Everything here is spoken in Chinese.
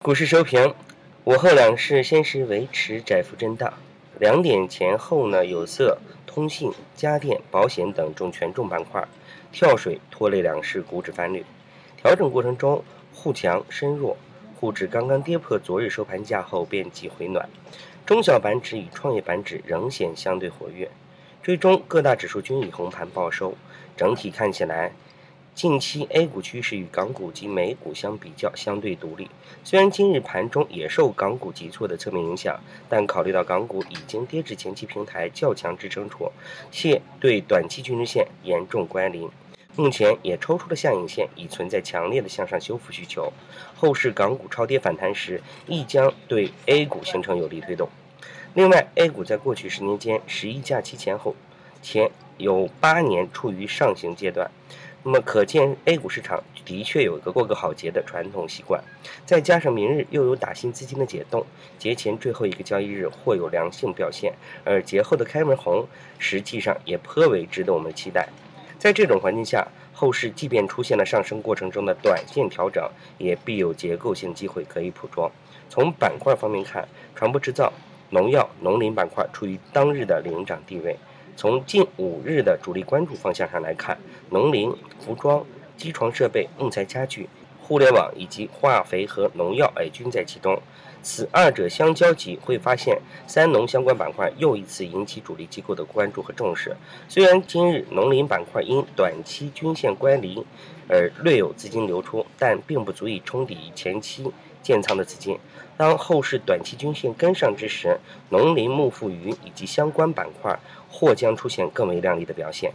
股市收评，午后两市先是维持窄幅震荡，2点前后呢，有色、通信、家电、保险等权重板块跳水拖累两市股指翻绿。调整过程中，沪强深弱，沪指刚刚跌破昨日收盘价后便即回暖，中小板指与创业板指仍显相对活跃。最终各大指数均以红盘报收，整体看起来近期 A 股趋势与港股及美股相比较相对独立，虽然今日盘中也受港股急挫的侧面影响，但考虑到港股已经跌至前期平台较强支撑处，且对短期均值线严重乖离，目前也抽出了下影线，已存在强烈的向上修复需求，后市港股超跌反弹时亦将对 A 股形成有力推动。另外 A 股在过去10年间11假期前有8年处于上行阶段，那么可见 A 股市场的确有一个过个好节的传统习惯，再加上明日又有打新资金的解冻，节前最后一个交易日或有良性表现，而节后的开门红实际上也颇为值得我们期待。在这种环境下，后市即便出现了上升过程中的短线调整，也必有结构性机会可以捕捉。从板块方面看，船舶制造、农药、农林板块处于当日的领涨地位。从近5日的主力关注方向上来看，农林、服装、机床设备、木材家具、互联网以及化肥和农药均在其中。此二者相交集，会发现三农相关板块又一次引起主力机构的关注和重视。虽然今日农林板块因短期均线乖离而略有资金流出，但并不足以冲抵前期建仓的资金。当后市短期均线跟上之时，农林牧副渔以及相关板块或将出现更为亮丽的表现。